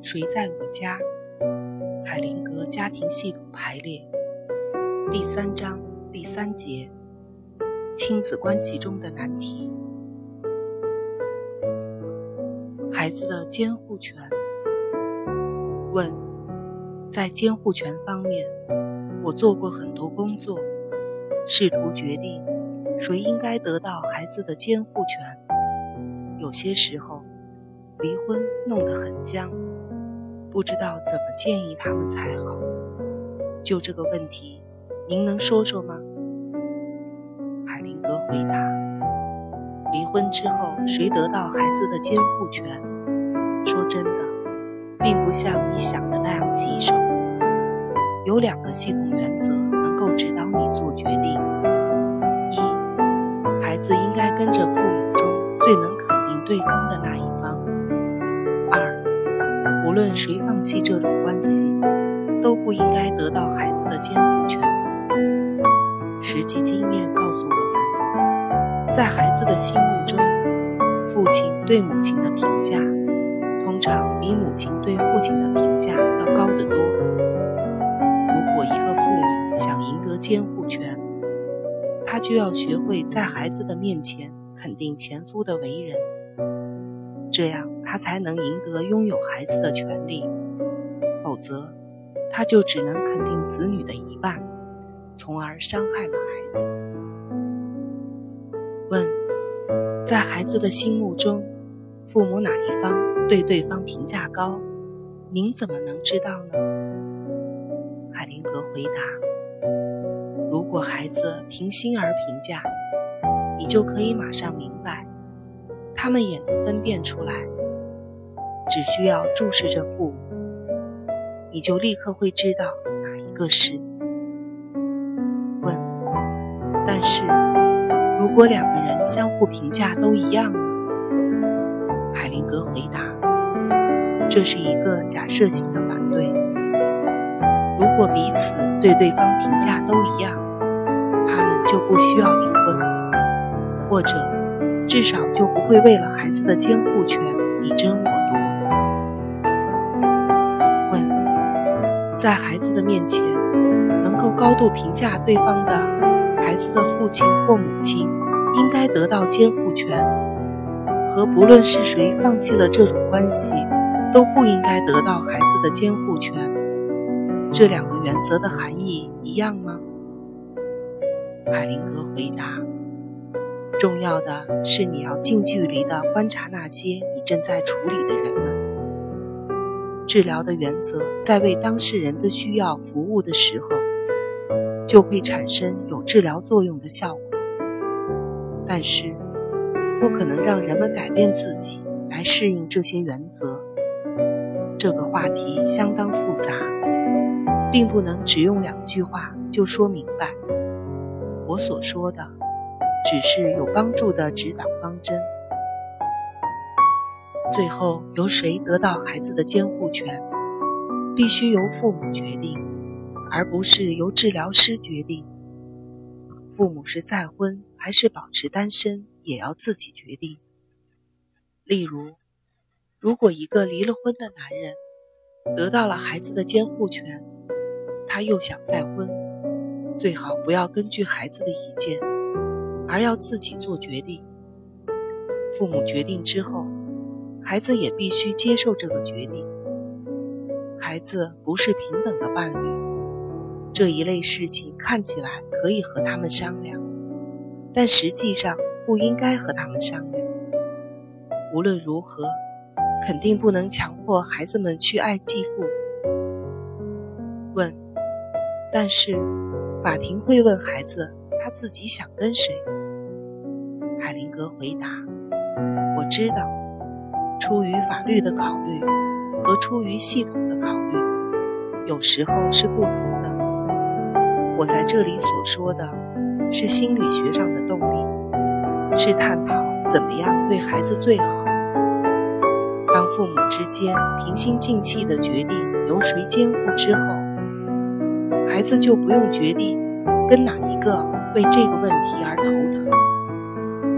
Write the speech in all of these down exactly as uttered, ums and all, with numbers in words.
谁在我家？海灵格家庭系统排列第三章第三节，亲子关系中的难题。孩子的监护权。问：在监护权方面，我做过很多工作，试图决定谁应该得到孩子的监护权。有些时候，离婚弄得很僵，不知道怎么建议他们才好。就这个问题，您能说说吗？海灵格回答：离婚之后谁得到孩子的监护权，说真的，并不像你想的那样棘手。有两个系统原则能够指导你做决定：一，孩子应该跟着父母中最能肯定对方的那一方；二，无论谁放弃这种关系，都不应该得到孩子的监护权。实际经验告诉我们，在孩子的心目中，父亲对母亲的评价通常比母亲对父亲的评价要高得多。如果一个妇女想赢得监护权，她就要学会在孩子的面前肯定前夫的为人，这样她才能赢得拥有孩子的权利，否则她就只能肯定子女的一半，从而伤害了孩子。问：在孩子的心目中，父母哪一方对对方评价高，您怎么能知道呢？海灵格回答：如果孩子凭心而评价，你就可以马上明白，他们也能分辨出来，只需要注视着父母，你就立刻会知道哪一个是。问：但是如果两个人相互评价都一样呢？海灵格回答：这是一个假设性的反对。如果彼此对对方评价都一样，他们就不需要离婚，或者至少就不会为了孩子的监护权你争我夺。问：在孩子的面前，能够高度评价对方的孩子的父亲或母亲应该得到监护权，和不论是谁放弃了这种关系都不应该得到孩子的监护权，这两个原则的含义一样吗？海灵格回答：重要的是你要近距离地观察那些你正在处理的人们。治疗的原则在为当事人的需要服务的时候，就会产生有治疗作用的效果。但是不可能让人们改变自己来适应这些原则。这个话题相当复杂，并不能只用两句话就说明白。我所说的只是有帮助的指导方针。最后由谁得到孩子的监护权，必须由父母决定，而不是由治疗师决定。父母是再婚还是保持单身，也要自己决定。例如，如果一个离了婚的男人得到了孩子的监护权，他又想再婚，最好不要根据孩子的意见，而要自己做决定。父母决定之后，孩子也必须接受这个决定。孩子不是平等的伴侣，这一类事情看起来可以和他们商量，但实际上不应该和他们商量。无论如何，肯定不能强迫孩子们去爱继父。问：但是法庭会问孩子他自己想跟谁？海灵格回答：我知道，出于法律的考虑和出于系统的考虑，有时候是不同的。我在这里所说的是心理学上的动力，是探讨怎么样对孩子最好。当父母之间平心静气地决定由谁监护之后，孩子就不用决定跟哪一个为这个问题而头疼。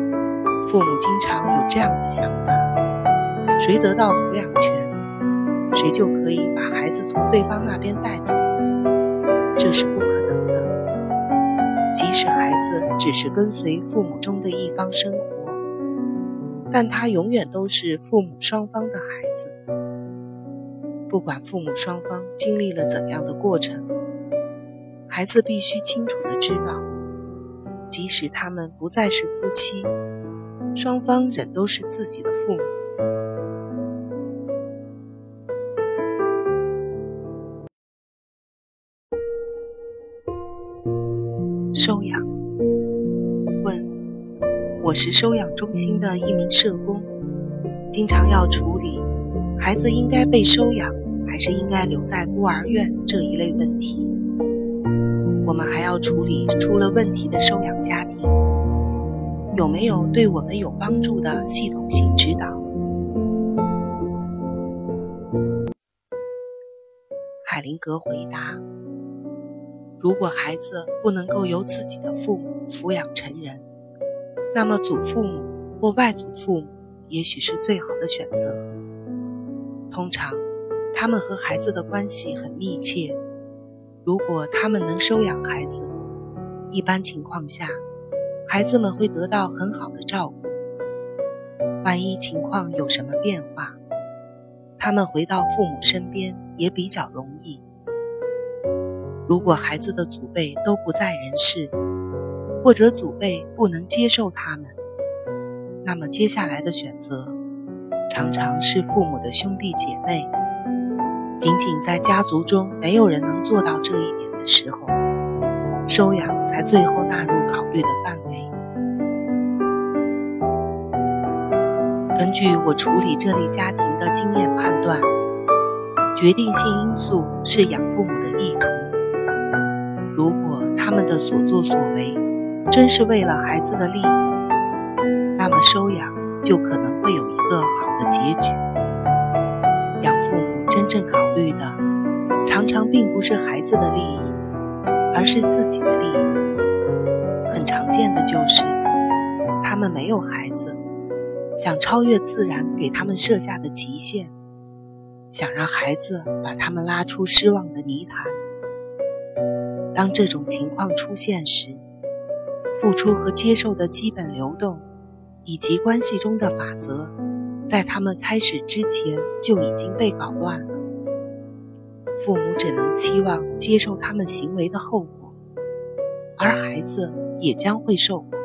父母经常有这样的想法：谁得到抚养权， 谁就可以把孩子从对方那边带走，这是不可能的。即使孩子只是跟随父母中的一方生活，但他永远都是父母双方的孩子。不管父母双方经历了怎样的过程，孩子必须清楚地知道，即使他们不再是夫妻，双方仍都是自己的父母。收养。问：我是收养中心的一名社工，经常要处理孩子应该被收养还是应该留在孤儿院这一类问题。我们还要处理出了问题的收养家庭，有没有对我们有帮助的系统性指导？海灵格回答：如果孩子不能够由自己的父母抚养成人，那么祖父母或外祖父母也许是最好的选择。通常他们和孩子的关系很密切，如果他们能收养孩子，一般情况下孩子们会得到很好的照顾。万一情况有什么变化，他们回到父母身边也比较容易。如果孩子的祖辈都不在人世，或者祖辈不能接受他们，那么接下来的选择常常是父母的兄弟姐妹。仅仅在家族中没有人能做到这一点的时候，收养才最后纳入考虑的范围。根据我处理这类家庭的经验判断，决定性因素是养父母的意图。如果他们的所作所为真是为了孩子的利益，那么收养就可能会有一个好的结局。养父母真正考虑的常常并不是孩子的利益，而是自己的利益。很常见的就是他们没有孩子，想超越自然给他们设下的极限，想让孩子把他们拉出失望的泥潭。当这种情况出现时，付出和接受的基本流动以及关系中的法则，在他们开始之前就已经被搞乱了。父母只能期望接受他们行为的后果，而孩子也将会受果。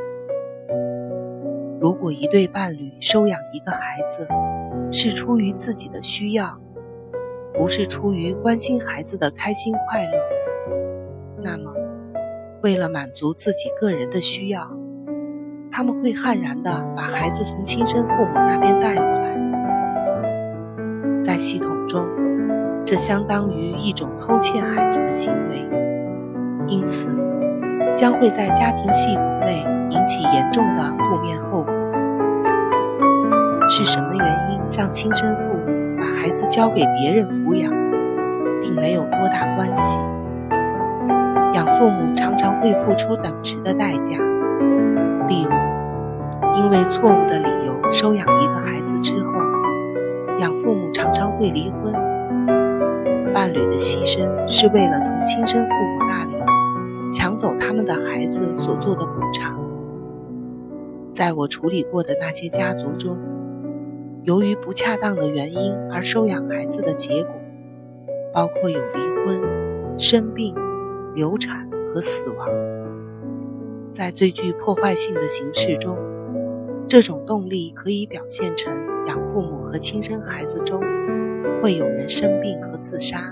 如果一对伴侣收养一个孩子是出于自己的需要，不是出于关心孩子的开心快乐，那么为了满足自己个人的需要，他们会悍然地把孩子从亲生父母那边带过来。在系统中，这相当于一种偷窃孩子的行为，因此将会在家庭系统内引起严重的负面后果。是什么原因让亲生父母把孩子交给别人抚养，并没有多大关系。养父母常常会付出等值的代价，例如因为错误的理由收养一个孩子之后，养父母常常会离婚。伴侣的牺牲是为了从亲生父母那里抢走他们的孩子所做的补偿。在我处理过的那些家族中，由于不恰当的原因而收养孩子的结果，包括有离婚、生病、流产和死亡。在最具破坏性的形式中，这种动力可以表现成养父母和亲生孩子中会有人生病和自杀。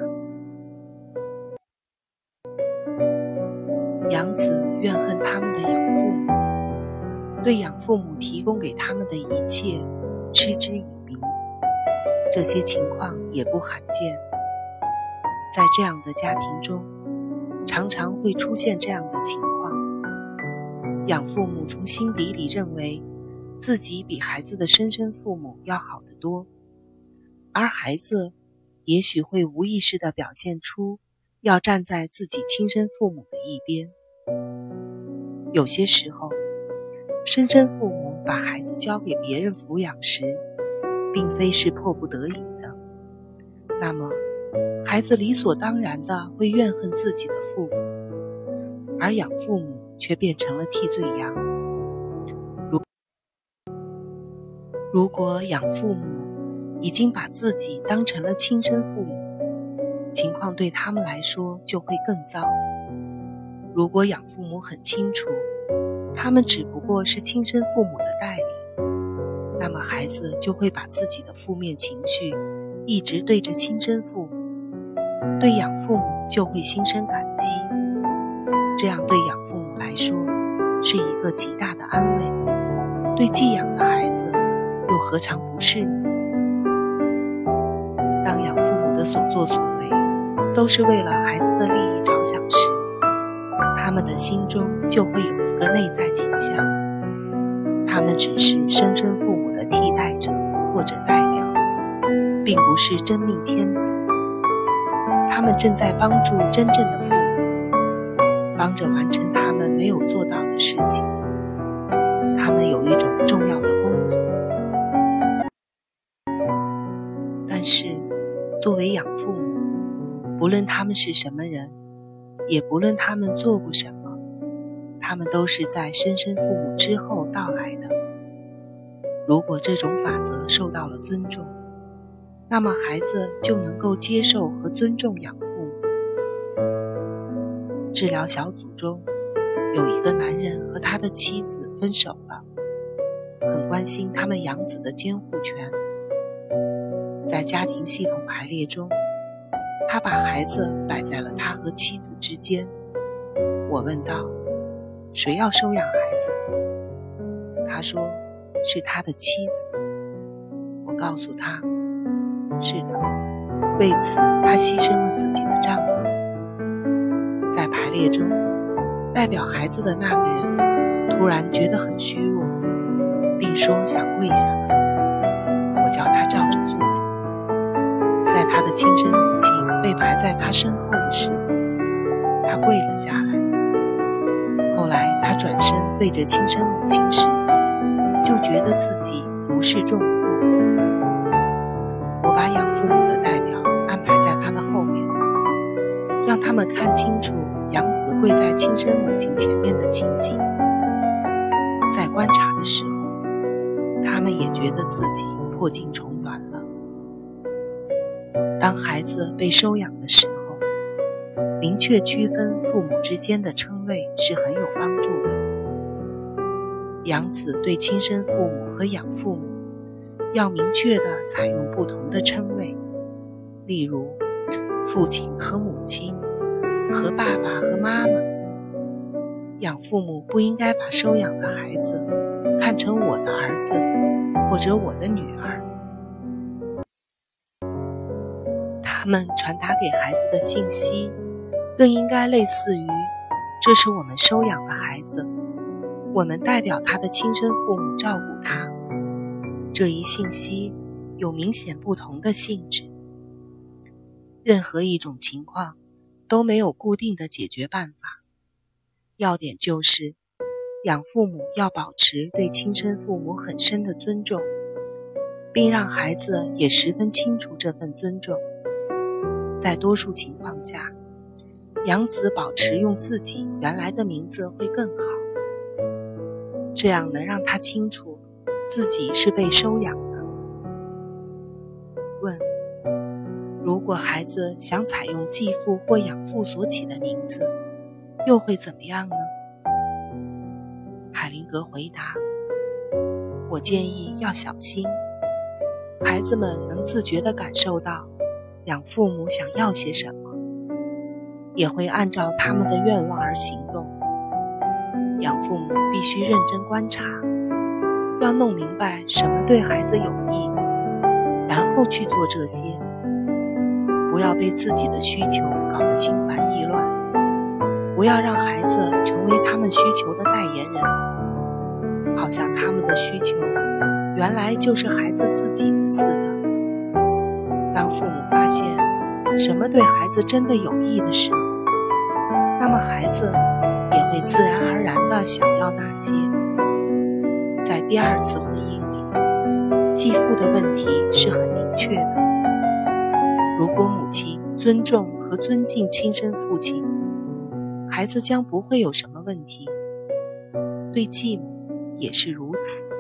养子怨恨他们的养父母，对养父母提供给他们的一切嗤之以鼻，这些情况也不罕见。在这样的家庭中，常常会出现这样的情况：养父母从心底里认为自己比孩子的生身父母要好得多，而孩子也许会无意识地表现出要站在自己亲生父母的一边。有些时候，生身父母把孩子交给别人抚养时，并非是迫不得已的， 那么孩子理所当然地会怨恨自己的父母，而养父母却变成了替罪羊。如如果养父母已经把自己当成了亲生父母，情况对他们来说就会更糟。如果养父母很清楚他们只不过是亲生父母的代理，那么孩子就会把自己的负面情绪一直对着亲生父母，对养父母就会心生感激，这样对养父母来说是一个极大的安慰，对寄养的孩子又何尝不是呢？当养父母的所作所为都是为了孩子的利益着想时，他们的心中就会有一个内在景象，他们只是生身父母的替代者或者代表，并不是真命天子。他们正在帮助真正的父母，帮着完成他们没有做到的事情。他们有一种重要的功能。但是作为养父母，不论他们是什么人，也不论他们做过什么，他们都是在生身父母之后到来的。如果这种法则受到了尊重，那么孩子就能够接受和尊重养父母。治疗小组中有一个男人和他的妻子分手了，很关心他们养子的监护权。在家庭系统排列中，他把孩子摆在了他和妻子之间。我问道，谁要收养孩子？他说，是他的妻子。我告诉他，是的，为此他牺牲了自己的丈夫。在排列中，代表孩子的那个人突然觉得很虚弱，并说想跪下来。我叫他照着做。在他的亲生母亲被排在他身后的时候，他跪了下来。后来他转身对着亲生母亲时，就觉得自己如释重负。我把养父母的代表安排在他的后面，让他们看清楚养子跪在亲生母亲前面的情景。在观察的时候，他们也觉得自己破镜重圆了。当孩子被收养的时候，明确区分父母之间的称谓是很有帮助的。养子对亲生父母和养父母要明确地采用不同的称谓，例如父亲和母亲和爸爸和妈妈。养父母不应该把收养的孩子看成我的儿子或者我的女儿。他们传达给孩子的信息更应该类似于，这是我们收养的孩子，我们代表他的亲生父母照顾他。这一信息有明显不同的性质。任何一种情况都没有固定的解决办法，要点就是养父母要保持对亲生父母很深的尊重，并让孩子也十分清楚这份尊重。在多数情况下，养子保持用自己原来的名字会更好，这样能让他清楚自己是被收养的。问：如果孩子想采用继父或养父所起的名字，又会怎么样呢？海灵格回答：我建议要小心，孩子们能自觉地感受到养父母想要些什么，也会按照他们的愿望而行动。养父母必须认真观察，要弄明白什么对孩子有益，然后去做这些。不要被自己的需求搞得心烦意乱，不要让孩子成为他们需求的代言人，好像他们的需求原来就是孩子自己的似的。当父母发现什么对孩子真的有益的时候，那么孩子也会自然而然地想要那些。在第二次婚姻里，继父的问题是很明确的。 如果母亲尊重和尊敬亲生父亲，孩子将不会有什么问题。对继母也是如此。